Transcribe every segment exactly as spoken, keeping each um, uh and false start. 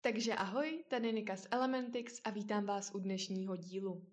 Takže ahoj, tady Nika z Elementix a vítám vás u dnešního dílu.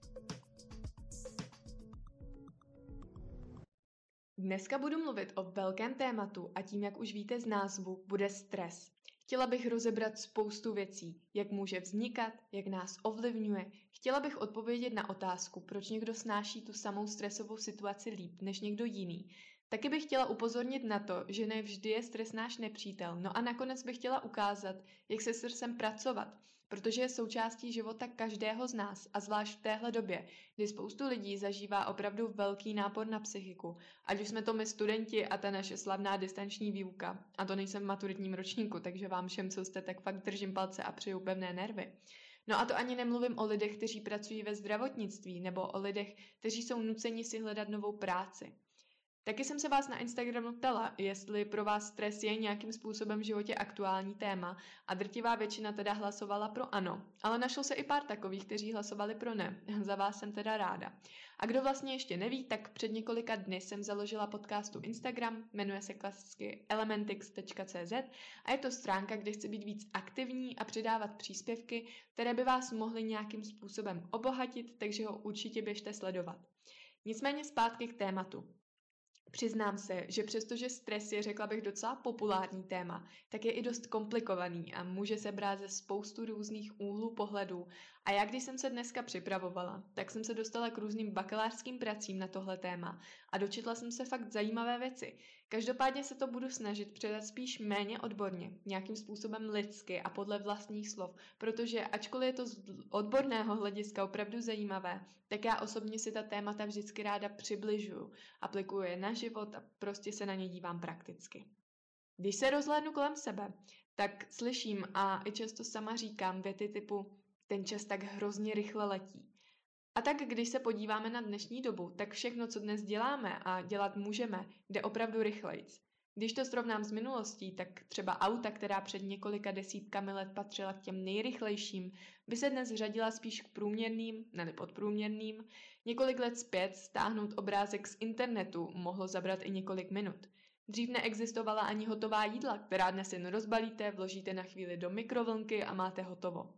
Dneska budu mluvit o velkém tématu a tím, jak už víte z názvu, bude stres. Chtěla bych rozebrat spoustu věcí, jak může vznikat, jak nás ovlivňuje. Chtěla bych odpovědět na otázku, proč někdo snáší tu samou stresovou situaci líp než někdo jiný. Taky bych chtěla upozornit na to, že ne vždy je stres náš nepřítel. No a nakonec bych chtěla ukázat, jak se stresem pracovat, protože je součástí života každého z nás a zvlášť v téhle době, kdy spoustu lidí zažívá opravdu velký nápor na psychiku. Ať už jsme to my studenti a ta naše slavná distanční výuka. A to nejsem v maturitním ročníku, takže vám všem, co jste, tak fakt držím palce a přeju pevné nervy. No a to ani nemluvím o lidech, kteří pracují ve zdravotnictví, nebo o lidech, kteří jsou nuceni si hledat novou práci. Taky jsem se vás na Instagramu ptala, jestli pro vás stres je nějakým způsobem v životě aktuální téma a drtivá většina teda hlasovala pro ano, ale našlo se i pár takových, kteří hlasovali pro ne. Za vás jsem teda ráda. A kdo vlastně ještě neví, tak před několika dny jsem založila podcastu Instagram, jmenuje se klasicky elementix tečka cé zet a je to stránka, kde chci být víc aktivní a přidávat příspěvky, které by vás mohly nějakým způsobem obohatit, takže ho určitě běžte sledovat. Nicméně zpátky k tématu. Přiznám se, že přestože stres je, řekla bych, docela populární téma, tak je i dost komplikovaný a může se brát ze spoustu různých úhlů pohledů. A já, když jsem se dneska připravovala, tak jsem se dostala k různým bakalářským pracím na tohle téma a dočetla jsem se fakt zajímavé věci. Každopádně se to budu snažit předat spíš méně odborně, nějakým způsobem lidsky a podle vlastních slov, protože ačkoliv je to z odborného hlediska opravdu zajímavé, tak já osobně si ta témata vždycky ráda přibližuju, aplikuju je na život a prostě se na ně dívám prakticky. Když se rozhlédnu kolem sebe, tak slyším a i často sama říkám věty typu ten čas tak hrozně rychle letí. A tak když se podíváme na dnešní dobu, tak všechno, co dnes děláme a dělat můžeme, jde opravdu rychlejc. Když to srovnám s minulostí, tak třeba auta, která před několika desítkami let patřila k těm nejrychlejším, by se dnes řadila spíš k průměrným, ne podprůměrným. Několik let zpět stáhnout obrázek z internetu mohlo zabrat i několik minut. Dřív neexistovala ani hotová jídla, která dnes jen rozbalíte, vložíte na chvíli do mikrovlnky a máte hotovo.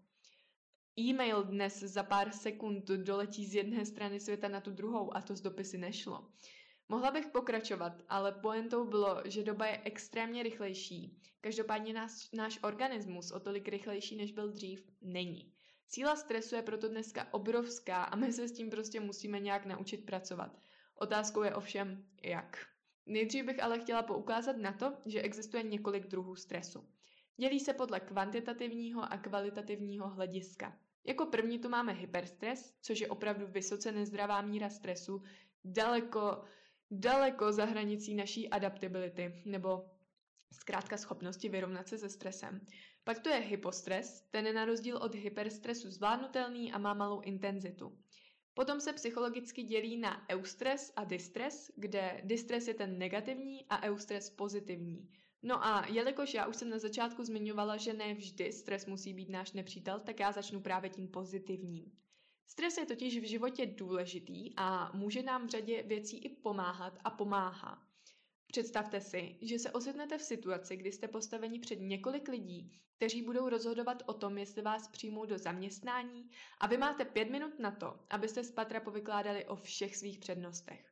E-mail dnes za pár sekund doletí z jedné strany světa na tu druhou a to z dopisy nešlo. Mohla bych pokračovat, ale pointou bylo, že doba je extrémně rychlejší. Každopádně náš, náš organismus o tolik rychlejší, než byl dřív, není. Síla stresu je proto dneska obrovská a my se s tím prostě musíme nějak naučit pracovat. Otázkou je ovšem, jak. Nejdřív bych ale chtěla poukázat na to, že existuje několik druhů stresu. Dělí se podle kvantitativního a kvalitativního hlediska. Jako první tu máme hyperstres, což je opravdu vysoce nezdravá míra stresu, daleko, daleko za hranicí naší adaptability, nebo zkrátka schopnosti vyrovnat se se stresem. Pak tu je hypostres, ten je na rozdíl od hyperstresu zvládnutelný a má malou intenzitu. Potom se psychologicky dělí na eustres a distres, kde distres je ten negativní a eustres pozitivní. No a jelikož já už jsem na začátku zmiňovala, že ne vždy stres musí být náš nepřítel, tak já začnu právě tím pozitivním. Stres je totiž v životě důležitý a může nám v řadě věcí i pomáhat a pomáhá. Představte si, že se ocitnete v situaci, kdy jste postaveni před několik lidí, kteří budou rozhodovat o tom, jestli vás přijmou do zaměstnání a vy máte pět minut na to, abyste z patra povykládali o všech svých přednostech.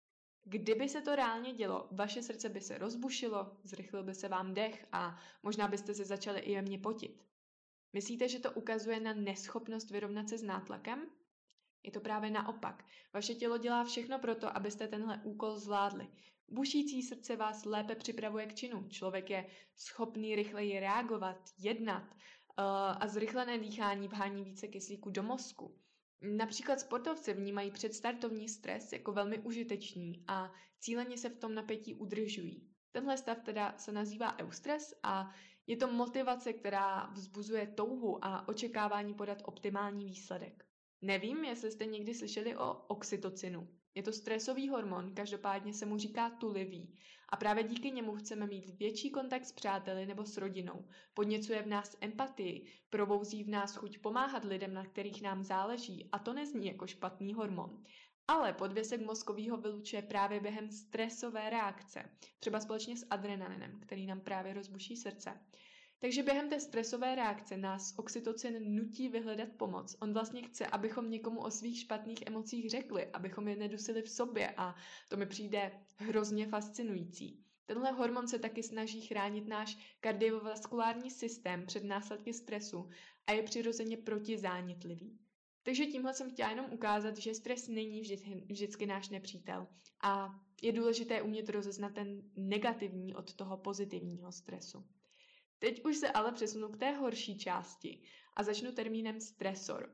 Kdyby se to reálně dělo, vaše srdce by se rozbušilo, zrychlil by se vám dech a možná byste se začali i jemně potit. Myslíte, že to ukazuje na neschopnost vyrovnat se s nátlakem? Je to právě naopak. Vaše tělo dělá všechno proto, abyste tenhle úkol zvládli. Bušící srdce vás lépe připravuje k činu. Člověk je schopný rychleji reagovat, jednat uh, a zrychlené dýchání vhání více kyslíku do mozku. Například sportovci vnímají předstartovní stres jako velmi užitečný a cíleně se v tom napětí udržují. Tenhle stav teda se nazývá eustres a je to motivace, která vzbuzuje touhu a očekávání podat optimální výsledek. Nevím, jestli jste někdy slyšeli o oxytocinu. Je to stresový hormon, každopádně se mu říká tulivý a právě díky němu chceme mít větší kontakt s přáteli nebo s rodinou. Podněcuje v nás empatii, probouzí v nás chuť pomáhat lidem, na kterých nám záleží a to nezní jako špatný hormon. Ale podvěsek mozkovýho vylučuje právě během stresové reakce, třeba společně s adrenalinem, který nám právě rozbuší srdce. Takže během té stresové reakce nás oxytocin nutí vyhledat pomoc. On vlastně chce, abychom někomu o svých špatných emocích řekli, abychom je nedusili v sobě a to mi přijde hrozně fascinující. Tenhle hormon se taky snaží chránit náš kardiovaskulární systém před následky stresu a je přirozeně protizánětlivý. Takže tímhle jsem chtěla jenom ukázat, že stres není vždy, vždycky náš nepřítel a je důležité umět rozeznat ten negativní od toho pozitivního stresu. Teď už se ale přesunu k té horší části a začnu termínem stresor,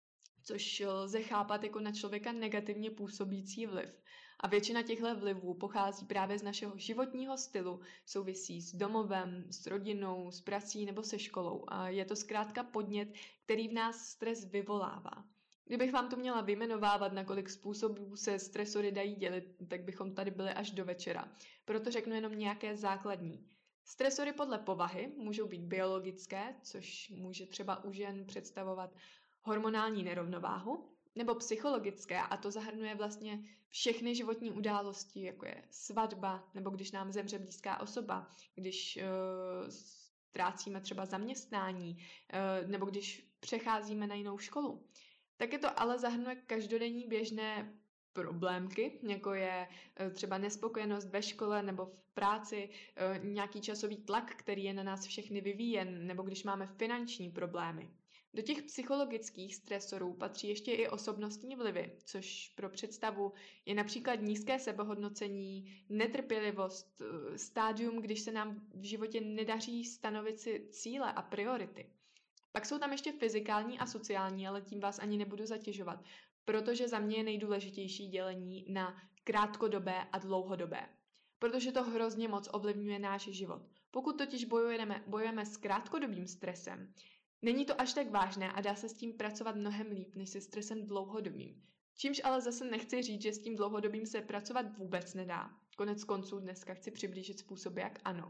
což lze chápat jako na člověka negativně působící vliv. A většina těchto vlivů pochází právě z našeho životního stylu, souvisí s domovem, s rodinou, s prací nebo se školou. A je to zkrátka podnět, který v nás stres vyvolává. Kdybych vám to měla vyjmenovávat, na kolik způsobů se stresory dají dělit, tak bychom tady byli až do večera. Proto řeknu jenom nějaké základní. Stresory podle povahy můžou být biologické, což může třeba u žen představovat hormonální nerovnováhu, nebo psychologické, a to zahrnuje vlastně všechny životní události, jako je svatba, nebo když nám zemře blízká osoba, když uh, ztrácíme třeba zaměstnání, uh, nebo když přecházíme na jinou školu. Taky to ale zahrnuje každodenní běžné problémky, jako je třeba nespokojenost ve škole nebo v práci, nějaký časový tlak, který je na nás všechny vyvíjen, nebo když máme finanční problémy. Do těch psychologických stresorů patří ještě i osobnostní vlivy, což pro představu je například nízké sebehodnocení, netrpělivost, stádium, když se nám v životě nedaří stanovit si cíle a priority. Pak jsou tam ještě fyzikální a sociální, ale tím vás ani nebudu zatěžovat, protože za mě je nejdůležitější dělení na krátkodobé a dlouhodobé. Protože to hrozně moc ovlivňuje náš život. Pokud totiž bojujeme, bojujeme s krátkodobým stresem, není to až tak vážné a dá se s tím pracovat mnohem líp, než se stresem dlouhodobým. Čímž ale zase nechci říct, že s tím dlouhodobým se pracovat vůbec nedá. Konec konců dneska chci přiblížit způsoby, jak ano.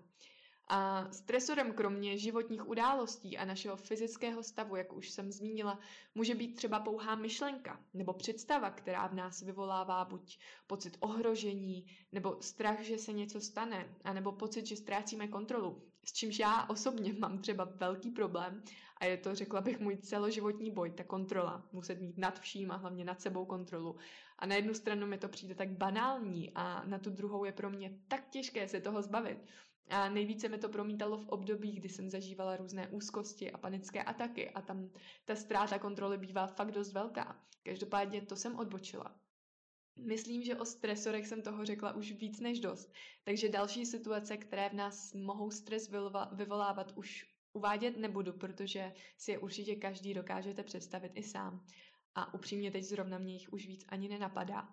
A stresorem kromě životních událostí a našeho fyzického stavu, jak už jsem zmínila, může být třeba pouhá myšlenka nebo představa, která v nás vyvolává buď pocit ohrožení, nebo strach, že se něco stane, anebo pocit, že ztrácíme kontrolu, s čímž já osobně mám třeba velký problém a je to, řekla bych, můj celoživotní boj, ta kontrola, muset mít nad vším a hlavně nad sebou kontrolu. A na jednu stranu mi to přijde tak banální a na tu druhou je pro mě tak těžké se toho zbavit. A nejvíce mi to promítalo v období, kdy jsem zažívala různé úzkosti a panické ataky a tam ta ztráta kontroly bývá fakt dost velká. Každopádně to jsem odbočila. Myslím, že o stresorech jsem toho řekla už víc než dost, takže další situace, které v nás mohou stres vyvolávat, už uvádět nebudu, protože si je určitě každý dokážete představit i sám. A upřímně teď zrovna mě jich už víc ani nenapadá.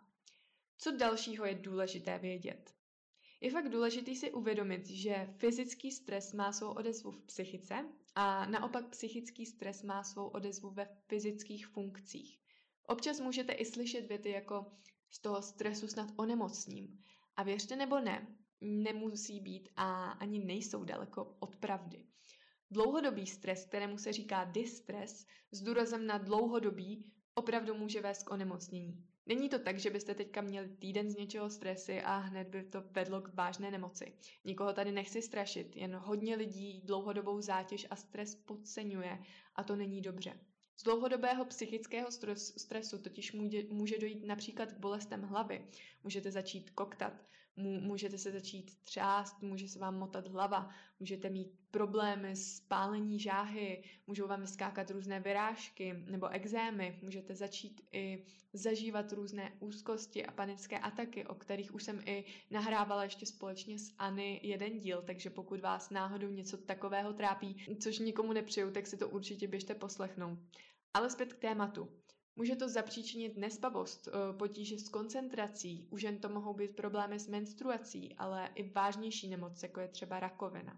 Co dalšího je důležité vědět? Je fakt důležité si uvědomit, že fyzický stres má svou odezvu v psychice a naopak psychický stres má svou odezvu ve fyzických funkcích. Občas můžete i slyšet věty jako z toho stresu snad onemocním. A věřte nebo ne, nemusí být a ani nejsou daleko od pravdy. Dlouhodobý stres, kterému se říká distres, s důrazem na dlouhodobý, opravdu může vést k onemocnění. Není to tak, že byste teďka měli týden z něčeho stresy a hned by to vedlo k vážné nemoci. Nikoho tady nechci strašit, jen hodně lidí dlouhodobou zátěž a stres podceňuje a to není dobře. Z dlouhodobého psychického stresu totiž může dojít například k bolestem hlavy, můžete začít koktat, můžete se začít třást, může se vám motat hlava, můžete mít problémy s pálení žáhy, můžou vám vyskákat různé vyrážky nebo ekzémy, můžete začít i zažívat různé úzkosti a panické ataky, o kterých už jsem i nahrávala ještě společně s Anny jeden díl, takže pokud vás náhodou něco takového trápí, což nikomu nepřeju, tak si to určitě běžte poslechnout. Ale zpět k tématu. Může to zapříčinit nespavost, potíže s koncentrací, u žen to mohou být problémy s menstruací, ale i vážnější nemoc, jako je třeba rakovina.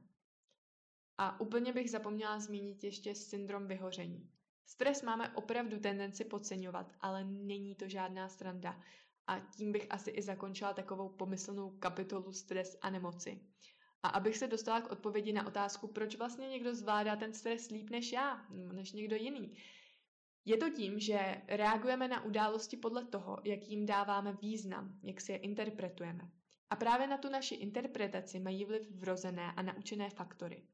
A úplně bych zapomněla zmínit ještě syndrom vyhoření. Stres máme opravdu tendenci podceňovat, ale není to žádná sranda. A tím bych asi i zakončila takovou pomyslnou kapitolu stres a nemoci. A abych se dostala k odpovědi na otázku, proč vlastně někdo zvládá ten stres líp než já, než někdo jiný. Je to tím, že reagujeme na události podle toho, jak jim dáváme význam, jak si je interpretujeme. A právě na tu naši interpretaci mají vliv vrozené a naučené faktory.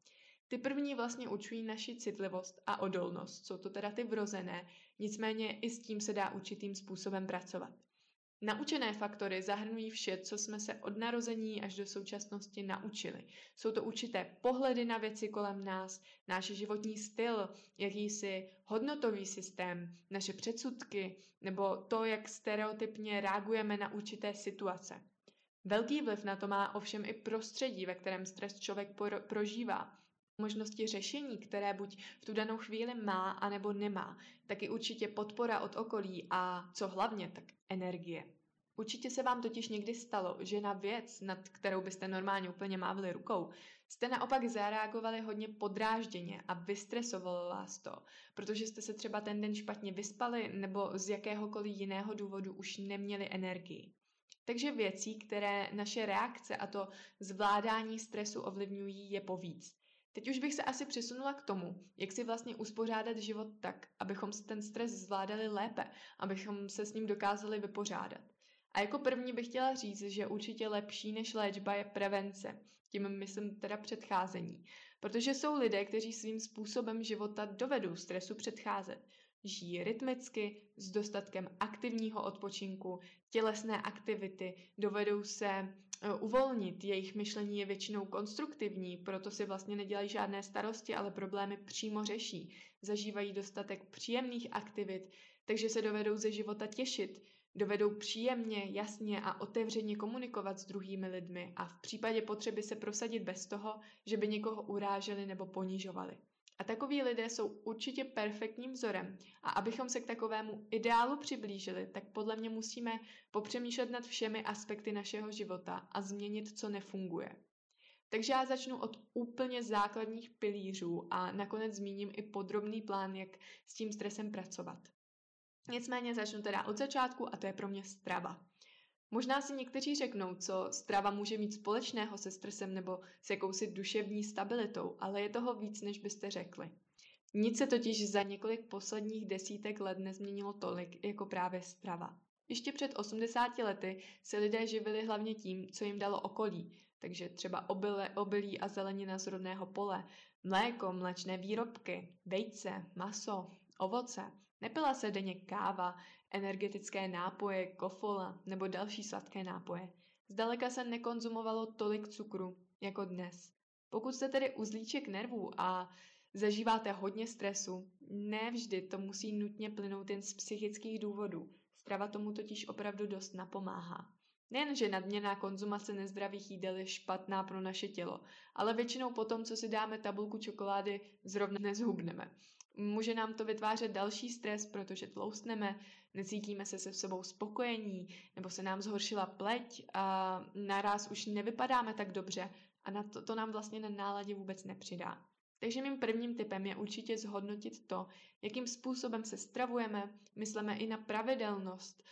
Ty první vlastně učují naši citlivost a odolnost, jsou to teda ty vrozené, nicméně i s tím se dá určitým způsobem pracovat. Naučené faktory zahrnují vše, co jsme se od narození až do současnosti naučili. Jsou to určité pohledy na věci kolem nás, náš životní styl, jakýsi hodnotový systém, naše předsudky nebo to, jak stereotypně reagujeme na určité situace. Velký vliv na to má ovšem i prostředí, ve kterém stres člověk por- prožívá. Možnosti řešení, které buď v tu danou chvíli má, anebo nemá, taky určitě podpora od okolí a co hlavně, tak energie. Určitě se vám totiž někdy stalo, že na věc, nad kterou byste normálně úplně mávli rukou, jste naopak zareagovali hodně podrážděně a vystresovalo vás to, protože jste se třeba ten den špatně vyspali nebo z jakéhokoliv jiného důvodu už neměli energii. Takže věcí, které naše reakce a to zvládání stresu ovlivňují, je povíc. Teď už bych se asi přesunula k tomu, jak si vlastně uspořádat život tak, abychom ten stres zvládali lépe, abychom se s ním dokázali vypořádat. A jako první bych chtěla říct, že určitě lepší než léčba je prevence, tím myslím teda předcházení. Protože jsou lidé, kteří svým způsobem života dovedou stresu předcházet. Žijí rytmicky, s dostatkem aktivního odpočinku, tělesné aktivity, dovedou se uvolnit, jejich myšlení je většinou konstruktivní, proto si vlastně nedělají žádné starosti, ale problémy přímo řeší. Zažívají dostatek příjemných aktivit, takže se dovedou ze života těšit, dovedou příjemně, jasně a otevřeně komunikovat s druhými lidmi a v případě potřeby se prosadit bez toho, že by někoho uráželi nebo ponižovali. A takoví lidé jsou určitě perfektním vzorem a abychom se k takovému ideálu přiblížili, tak podle mě musíme popřemýšlet nad všemi aspekty našeho života a změnit, co nefunguje. Takže já začnu od úplně základních pilířů a nakonec zmíním i podrobný plán, jak s tím stresem pracovat. Nicméně začnu teda od začátku a to je pro mě strava. Možná si někteří řeknou, co strava může mít společného se stresem nebo s jakousi duševní stabilitou, ale je toho víc, než byste řekli. Nic se totiž za několik posledních desítek let nezměnilo tolik, jako právě strava. Ještě před osmdesáti lety se lidé živili hlavně tím, co jim dalo okolí, takže třeba obyle, obilí a zelenina z rodného pole, mléko, mléčné výrobky, vejce, maso, ovoce. Nepila se denně káva, energetické nápoje, kofola nebo další sladké nápoje. Zdaleka se nekonzumovalo tolik cukru jako dnes. Pokud jste tedy uzlíček nervů a zažíváte hodně stresu, ne vždy to musí nutně plynout jen z psychických důvodů. Strava tomu totiž opravdu dost napomáhá. Nejen, že nadměrná konzumace nezdravých jídel je špatná pro naše tělo, ale většinou po tom, co si dáme tabulku čokolády, zrovna nezhubneme. Může nám to vytvářet další stres, protože tloustneme, necítíme se se sebou spokojení, nebo se nám zhoršila pleť a naraz už nevypadáme tak dobře a na to, to nám vlastně na náladě vůbec nepřidá. Takže mým prvním tipem je určitě zhodnotit to, jakým způsobem se stravujeme, myslíme i na pravidelnost,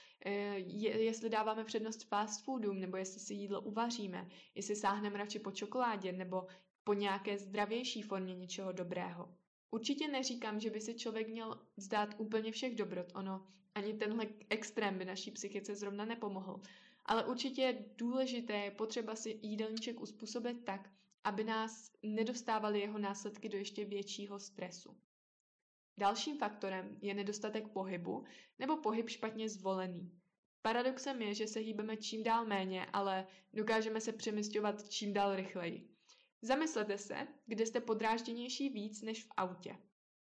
je, jestli dáváme přednost fast foodům, nebo jestli si jídlo uvaříme, jestli sáhneme radši po čokoládě, nebo po nějaké zdravější formě něčeho dobrého. Určitě neříkám, že by si člověk měl vzdát úplně všech dobrot, ono ani tenhle extrém by naší psychice zrovna nepomohl. Ale určitě je důležité, je potřeba si jídelníček uspůsobit tak, aby nás nedostávaly jeho následky do ještě většího stresu. Dalším faktorem je nedostatek pohybu nebo pohyb špatně zvolený. Paradoxem je, že se hýbeme čím dál méně, ale dokážeme se přemysťovat čím dál rychleji. Zamyslete se, kde jste podrážděnější víc než v autě.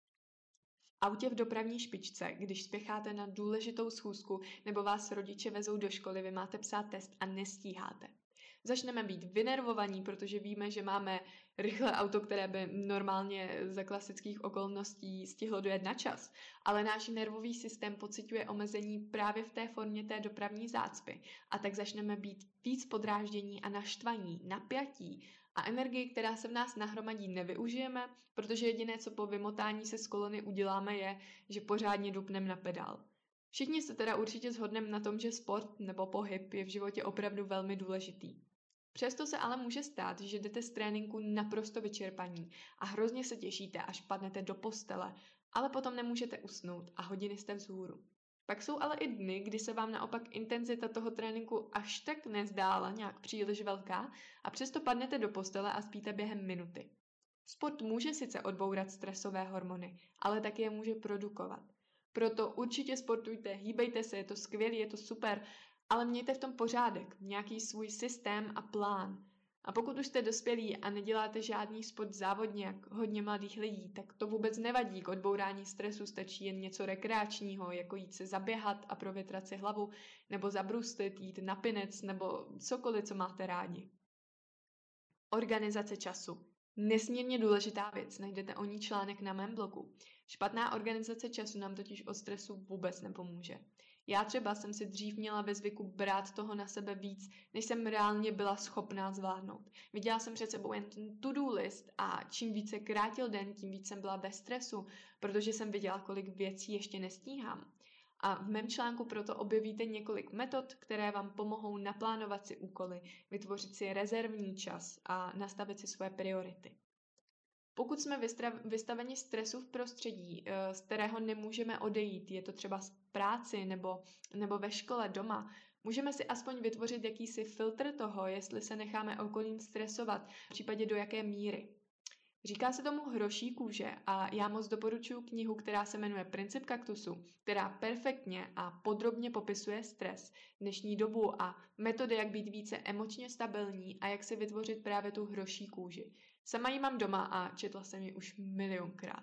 V autě v dopravní špičce, když spěcháte na důležitou schůzku nebo vás rodiče vezou do školy, vy máte psát test a nestíháte. Začneme být vynervovaní, protože víme, že máme rychlé auto, které by normálně za klasických okolností stihlo dojet na čas, ale náš nervový systém pociťuje omezení právě v té formě té dopravní zácpy a tak začneme být víc podráždění a naštvaní, napjatí a energii, která se v nás nahromadí, nevyužijeme, protože jediné, co po vymotání se z kolony uděláme, je, že pořádně dupneme na pedál. Všichni se teda určitě shodneme na tom, že sport nebo pohyb je v životě opravdu velmi důležitý. Přesto se ale může stát, že jdete z tréninku naprosto vyčerpaní a hrozně se těšíte, až padnete do postele, ale potom nemůžete usnout a hodiny jste vzhůru. Pak jsou ale i dny, kdy se vám naopak intenzita toho tréninku až tak nezdála nějak příliš velká a přesto padnete do postele a spíte během minuty. Sport může sice odbourat stresové hormony, ale taky je může produkovat. Proto určitě sportujte, hýbejte se, je to skvělé, je to super, ale mějte v tom pořádek, nějaký svůj systém a plán. A pokud už jste dospělí a neděláte žádný sport závodně, jak hodně mladých lidí, tak to vůbec nevadí. K odbourání stresu stačí jen něco rekreačního, jako jít se zaběhat a provětrat si hlavu, nebo zabrustit, jít na pinec, nebo cokoliv, co máte rádi. Organizace času. Nesmírně důležitá věc, najdete o ní článek na mém blogu. Špatná organizace času nám totiž od stresu vůbec nepomůže. Já třeba jsem si dřív měla ve zvyku brát toho na sebe víc, než jsem reálně byla schopná zvládnout. Viděla jsem před sebou jen ten to-do list a čím více krátil den, tím víc jsem byla ve stresu, protože jsem viděla, kolik věcí ještě nestíhám. A v mém článku proto objevíte několik metod, které vám pomohou naplánovat si úkoly, vytvořit si rezervní čas a nastavit si svoje priority. Pokud jsme vystaveni stresu v prostředí, z kterého nemůžeme odejít, je to třeba z práci nebo, nebo ve škole doma, můžeme si aspoň vytvořit jakýsi filtr toho, jestli se necháme okolím stresovat, v případě do jaké míry. Říká se tomu hroší kůže a já moc doporučuji knihu, která se jmenuje Princip kaktusu, která perfektně a podrobně popisuje stres, dnešní dobu a metody, jak být více emočně stabilní a jak si vytvořit právě tu hroší kůži. Sama ji mám doma a četla jsem ji už milionkrát.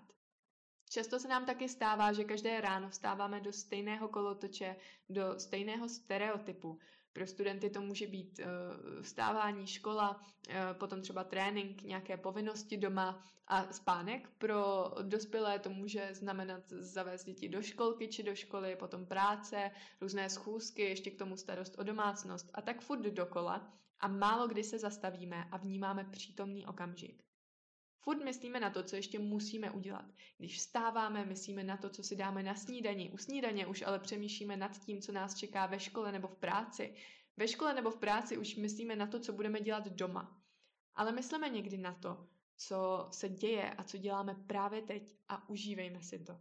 Často se nám taky stává, že každé ráno vstáváme do stejného kolotoče, do stejného stereotypu. Pro studenty to může být uh, vstávání, škola, uh, potom třeba trénink, nějaké povinnosti doma a spánek. Pro dospělé to může znamenat zavést děti do školky či do školy, potom práce, různé schůzky, ještě k tomu starost o domácnost a tak furt dokola a málo kdy se zastavíme a vnímáme přítomný okamžik. Furt myslíme na to, co ještě musíme udělat. Když vstáváme, myslíme na to, co si dáme na snídani. U snídaně už ale přemýšlíme nad tím, co nás čeká ve škole nebo v práci. Ve škole nebo v práci už myslíme na to, co budeme dělat doma. Ale myslíme někdy na to, co se děje a co děláme právě teď a užívejme si to.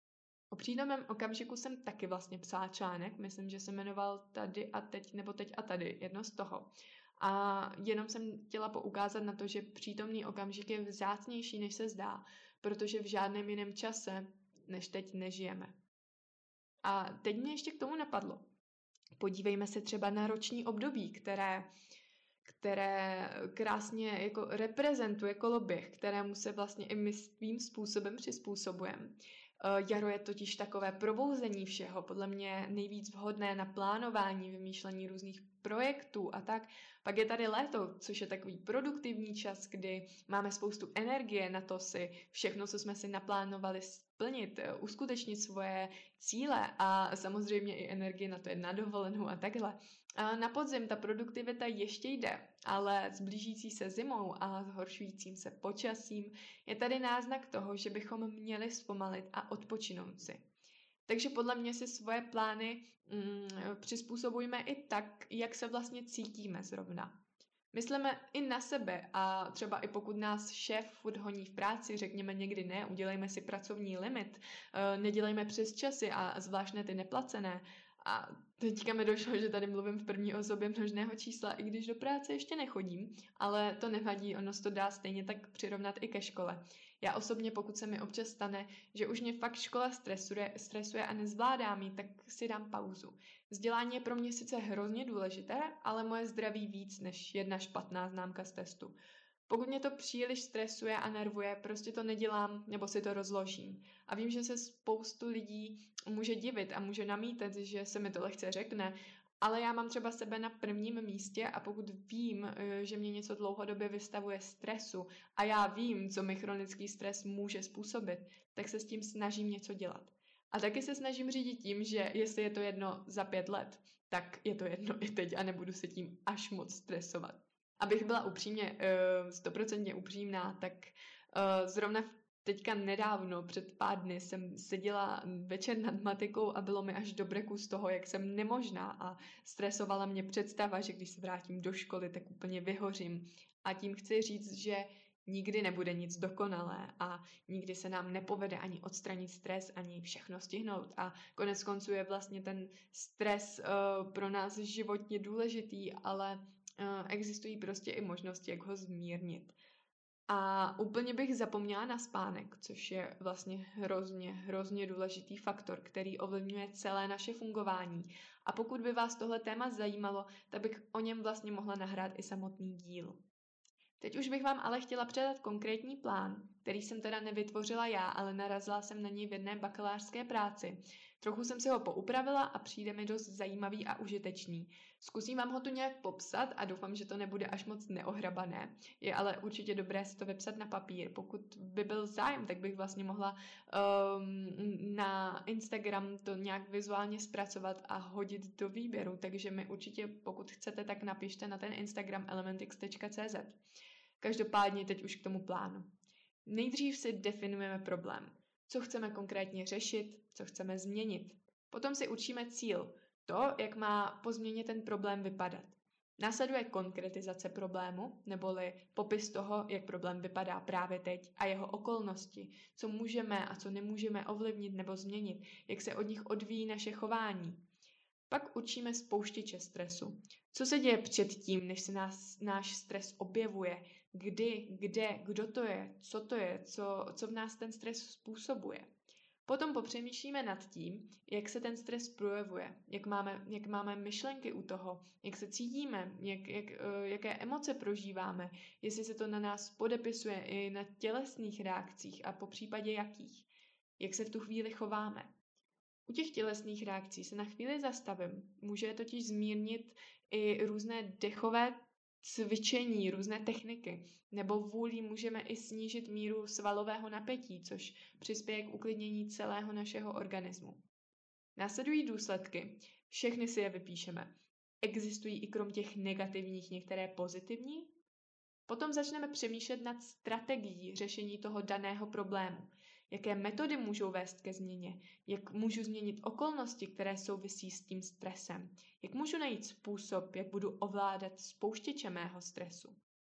O přítomném okamžiku jsem taky vlastně psala článek, myslím, že se jmenoval Tady a teď nebo Teď a tady, jedno z toho. A jenom jsem chtěla poukázat na to, že přítomný okamžik je vzácnější, než se zdá, protože v žádném jiném čase než teď nežijeme. A teď mě ještě k tomu napadlo. Podívejme se třeba na roční období, které, které krásně jako reprezentuje koloběh, kterému se vlastně i my svým způsobem přizpůsobujeme. Jaro je totiž takové probouzení všeho, podle mě nejvíc vhodné na plánování, vymýšlení různých projektů a tak. Pak je tady léto, což je takový produktivní čas, kdy máme spoustu energie na to si všechno, co jsme si naplánovali, splnit, uskutečnit svoje cíle a samozřejmě i energie na to jet na dovolenou a takhle. A na podzim ta produktivita ještě jde, ale s blížící se zimou a zhoršujícím se počasím je tady náznak toho, že bychom měli zpomalit a odpočinout si. Takže podle mě si svoje plány mm, přizpůsobujme i tak, jak se vlastně cítíme zrovna. Myslíme i na sebe a třeba i pokud nás šéf furt honí v práci, řekněme někdy ne, udělejme si pracovní limit, nedělejme přes časy a zvlášť ne ty neplacené. A teďka mi došlo, že tady mluvím v první osobě množného čísla, i když do práce ještě nechodím, ale to nevadí, ono se to dá stejně tak přirovnat i ke škole. Já osobně, pokud se mi občas stane, že už mě fakt škola stresuje, stresuje a nezvládám ji, tak si dám pauzu. Vzdělání je pro mě sice hrozně důležité, ale moje zdraví víc než jedna špatná známka z testu. Pokud mě to příliš stresuje a nervuje, prostě to nedělám nebo si to rozložím. A vím, že se spoustu lidí může divit a může namítat, že se mi to lehce řekne, ale já mám třeba sebe na prvním místě a pokud vím, že mě něco dlouhodobě vystavuje stresu a já vím, co mi chronický stres může způsobit, tak se s tím snažím něco dělat. A taky se snažím řídit tím, že jestli je to jedno za pět let, tak je to jedno i teď a nebudu se tím až moc stresovat. Abych byla upřímně, stoprocentně upřímná, tak zrovna teďka nedávno, před pár dny, jsem seděla večer nad matikou a bylo mi až do breku z toho, jak jsem nemožná a stresovala mě představa, že když se vrátím do školy, tak úplně vyhořím. A tím chci říct, že nikdy nebude nic dokonalé a nikdy se nám nepovede ani odstranit stres, ani všechno stihnout. A konec konců je vlastně ten stres uh, pro nás životně důležitý, ale uh, existují prostě i možnosti, jak ho zmírnit. A úplně bych zapomněla na spánek, což je vlastně hrozně, hrozně důležitý faktor, který ovlivňuje celé naše fungování. A pokud by vás tohle téma zajímalo, tak bych o něm vlastně mohla nahrát i samotný díl. Teď už bych vám ale chtěla předat konkrétní plán, který jsem teda nevytvořila já, ale narazila jsem na něj v jedné bakalářské práci. Trochu jsem si ho poupravila a přijde mi dost zajímavý a užitečný. Zkusím vám ho tu nějak popsat a doufám, že to nebude až moc neohrabané. Je ale určitě dobré si to vypsat na papír. Pokud by byl zájem, tak bych vlastně mohla um, na Instagram to nějak vizuálně zpracovat a hodit do výběru, takže mi určitě, pokud chcete, tak napište na ten Instagram elementix tečka cé zet. Každopádně teď už k tomu plánu. Nejdřív si definujeme problém. Co chceme konkrétně řešit, co chceme změnit. Potom si určíme cíl, to, jak má po změně ten problém vypadat. Následuje konkretizace problému, neboli popis toho, jak problém vypadá právě teď a jeho okolnosti, co můžeme a co nemůžeme ovlivnit nebo změnit, jak se od nich odvíjí naše chování. Pak určíme spouštěče stresu. Co se děje předtím, než se nás, náš stres objevuje, kdy, kde, kdo to je, co to je, co, co v nás ten stres způsobuje. Potom popřemýšlíme nad tím, jak se ten stres projevuje, jak máme, jak máme myšlenky u toho, jak se cítíme, jak, jak, jaké emoce prožíváme, jestli se to na nás podepisuje i na tělesných reakcích a po případě jakých, jak se v tu chvíli chováme. U těch tělesných reakcí se na chvíli zastavím, může totiž zmírnit i různé dechové cvičení, různé techniky, nebo vůlí můžeme i snížit míru svalového napětí, což přispěje k uklidnění celého našeho organismu. Následují důsledky, všechny si je vypíšeme. Existují i krom těch negativních některé pozitivní? Potom začneme přemýšlet nad strategií řešení toho daného problému. Jaké metody můžou vést ke změně? Jak můžu změnit okolnosti, které souvisí s tím stresem? Jak můžu najít způsob, jak budu ovládat spouštěče mého stresu?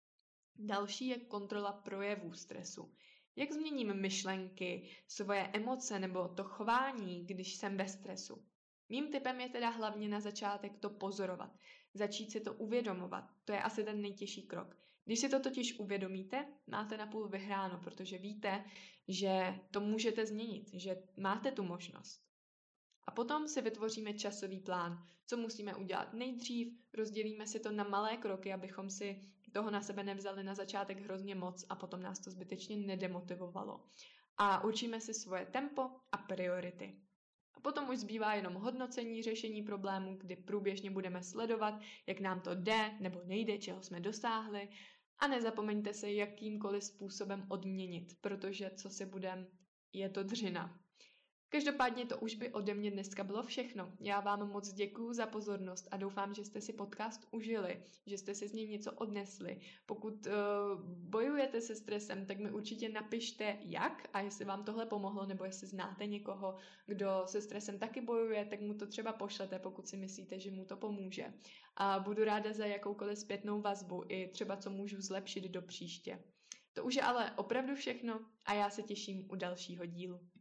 Další je kontrola projevů stresu. Jak změním myšlenky, svoje emoce nebo to chování, když jsem ve stresu? Mým tipem je teda hlavně na začátek to pozorovat. Začít si to uvědomovat. To je asi ten nejtěžší krok. Když si to totiž uvědomíte, máte napůl vyhráno, protože víte, že to můžete změnit, že máte tu možnost. A potom si vytvoříme časový plán, co musíme udělat nejdřív, rozdělíme si to na malé kroky, abychom si toho na sebe nevzali na začátek hrozně moc a potom nás to zbytečně nedemotivovalo. A určíme si svoje tempo a priority. A potom už zbývá jenom hodnocení řešení problému, kdy průběžně budeme sledovat, jak nám to jde nebo nejde, čeho jsme dosáhli. A nezapomeňte se jakýmkoliv způsobem odměnit, protože co si budem, je to dřina. Každopádně to už by ode mě dneska bylo všechno. Já vám moc děkuju za pozornost a doufám, že jste si podcast užili, že jste si z něj něco odnesli. Pokud uh, bojujete se stresem, tak mi určitě napište jak a jestli vám tohle pomohlo, nebo jestli znáte někoho, kdo se stresem taky bojuje, tak mu to třeba pošlete, pokud si myslíte, že mu to pomůže. A budu ráda za jakoukoliv zpětnou vazbu i třeba co můžu zlepšit do příště. To už je ale opravdu všechno a já se těším u dalšího dílu.